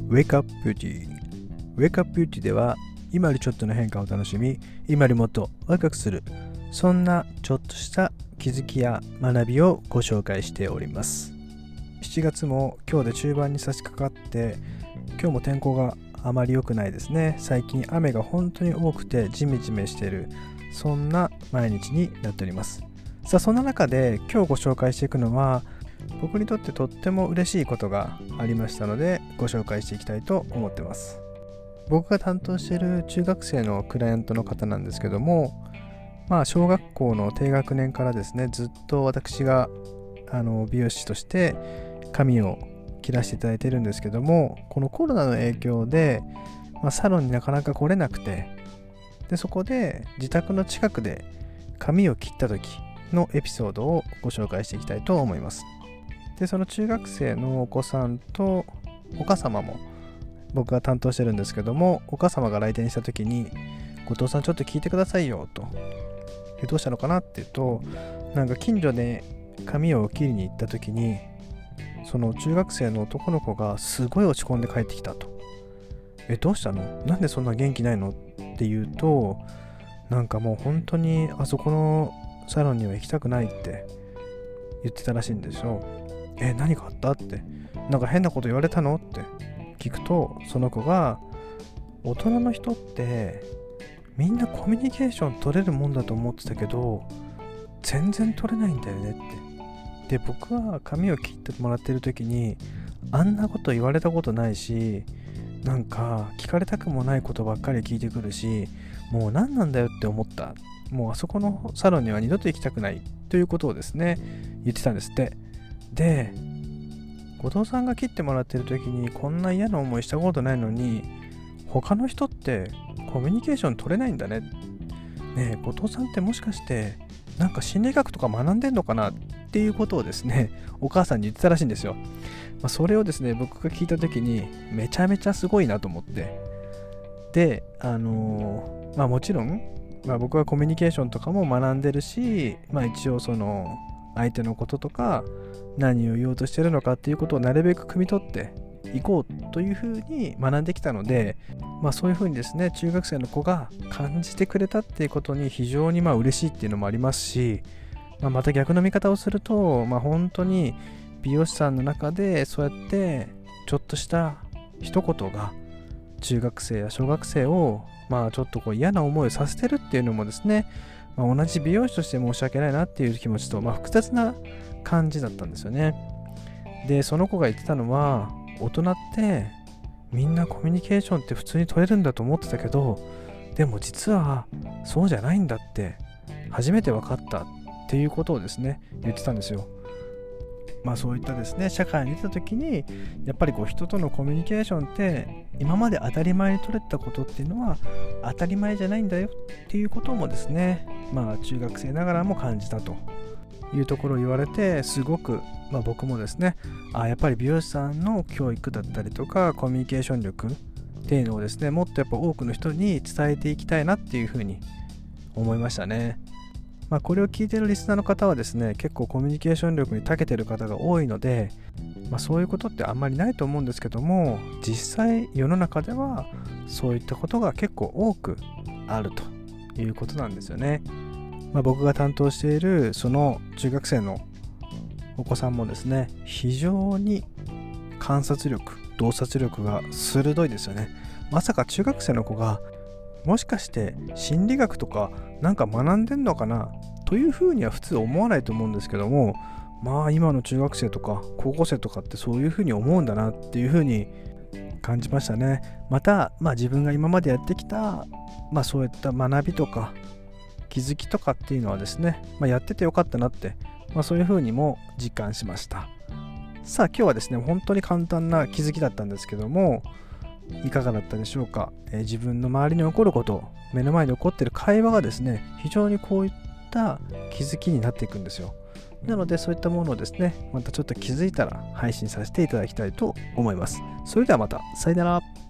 Wake Up Beauty Wake Up Beauty では今よりちょっとの変化を楽しみ、今よりもっとワクワクする、そんなちょっとした気づきや学びをご紹介しております。7月も今日で中盤に差し掛かって、今日も天候があまり良くないですね。最近雨が本当に多くてジメジメしている、そんな毎日になっております。さあ、そんな中で今日ご紹介していくのは、僕にとってとっても嬉しいことがありましたのでご紹介していきたいと思ってます。僕が担当している中学生のクライアントの方なんですけども、小学校の低学年からですね、ずっと私が美容師として髪を切らせていただいているんですけども、このコロナの影響で、サロンになかなか来れなくて、でそこで自宅の近くで髪を切った時のエピソードをご紹介していきたいと思います。でその中学生のお子さんとお母様も僕が担当してるんですけども、お母様が来店した時に、後藤さんちょっと聞いてくださいよと。どうしたのかなっていうと、なんか近所で髪を切りに行った時に、その中学生の男の子がすごい落ち込んで帰ってきたと。どうしたの？なんでそんな元気ないのって言うと、なんかもう本当にあそこのサロンには行きたくないって言ってたらしいんですよ。何かあったって、なんか変なこと言われたのって聞くと、その子が、大人の人ってみんなコミュニケーション取れるもんだと思ってたけど全然取れないんだよねって。で僕は髪を切ってもらってる時にあんなこと言われたことないし、なんか聞かれたくもないことばっかり聞いてくるし、もう何なんだよって思った。もうあそこのサロンには二度と行きたくないということをですね、言ってたんですって。で後藤さんが切ってもらってる時にこんな嫌な思いしたことないのに、他の人ってコミュニケーション取れないんだね。ねえ、後藤さんってもしかしてなんか心理学とか学んでんのかなっていうことをですね、お母さんに言ってたらしいんですよ。それをですね、僕が聞いた時にめちゃめちゃすごいなと思って。で、もちろん、僕はコミュニケーションとかも学んでるし、一応その相手のこととか何を言おうとしてるのかっていうことをなるべく汲み取っていこうというふうに学んできたので、そういうふうにですね、中学生の子が感じてくれたっていうことに非常に嬉しいっていうのもありますし、また逆の見方をすると、本当に美容師さんの中でそうやってちょっとした一言が中学生や小学生をちょっと嫌な思いをさせてるっていうのもですね、同じ美容師として申し訳ないなっていう気持ちと、複雑な感じだったんですよね。でその子が言ってたのは、大人ってみんなコミュニケーションって普通に取れるんだと思ってたけど、でも実はそうじゃないんだって初めて分かったっていうことをですね、言ってたんですよ。そういったですね、社会に出た時にやっぱり人とのコミュニケーションって今まで当たり前に取れたことっていうのは当たり前じゃないんだよっていうこともですね、中学生ながらも感じたというところを言われて、すごく僕もですね、やっぱり美容師さんの教育だったりとかコミュニケーション力っていうのをですね、もっとやっぱ多くの人に伝えていきたいなっていうふうに思いましたね。これを聞いているリスナーの方はですね、結構コミュニケーション力に長けている方が多いので、そういうことってあんまりないと思うんですけども、実際世の中ではそういったことが結構多くあるということなんですよね。僕が担当しているその中学生のお子さんもですね、非常に観察力、洞察力が鋭いですよね。まさか中学生の子がもしかして心理学とかなんか学んでんのかなというふうには普通思わないと思うんですけども、今の中学生とか高校生とかってそういうふうに思うんだなっていうふうに感じましたね。また、自分が今までやってきた、そういった学びとか気づきとかっていうのはですね、やっててよかったなって、そういうふうにも実感しました。さあ今日はですね、本当に簡単な気づきだったんですけども、いかがだったでしょうか。自分の周りに起こること、目の前に起こっている会話がですね、非常にこういった気づきになっていくんですよ。なのでそういったものをですね、またちょっと気づいたら配信させていただきたいと思います。それではまた、さよなら。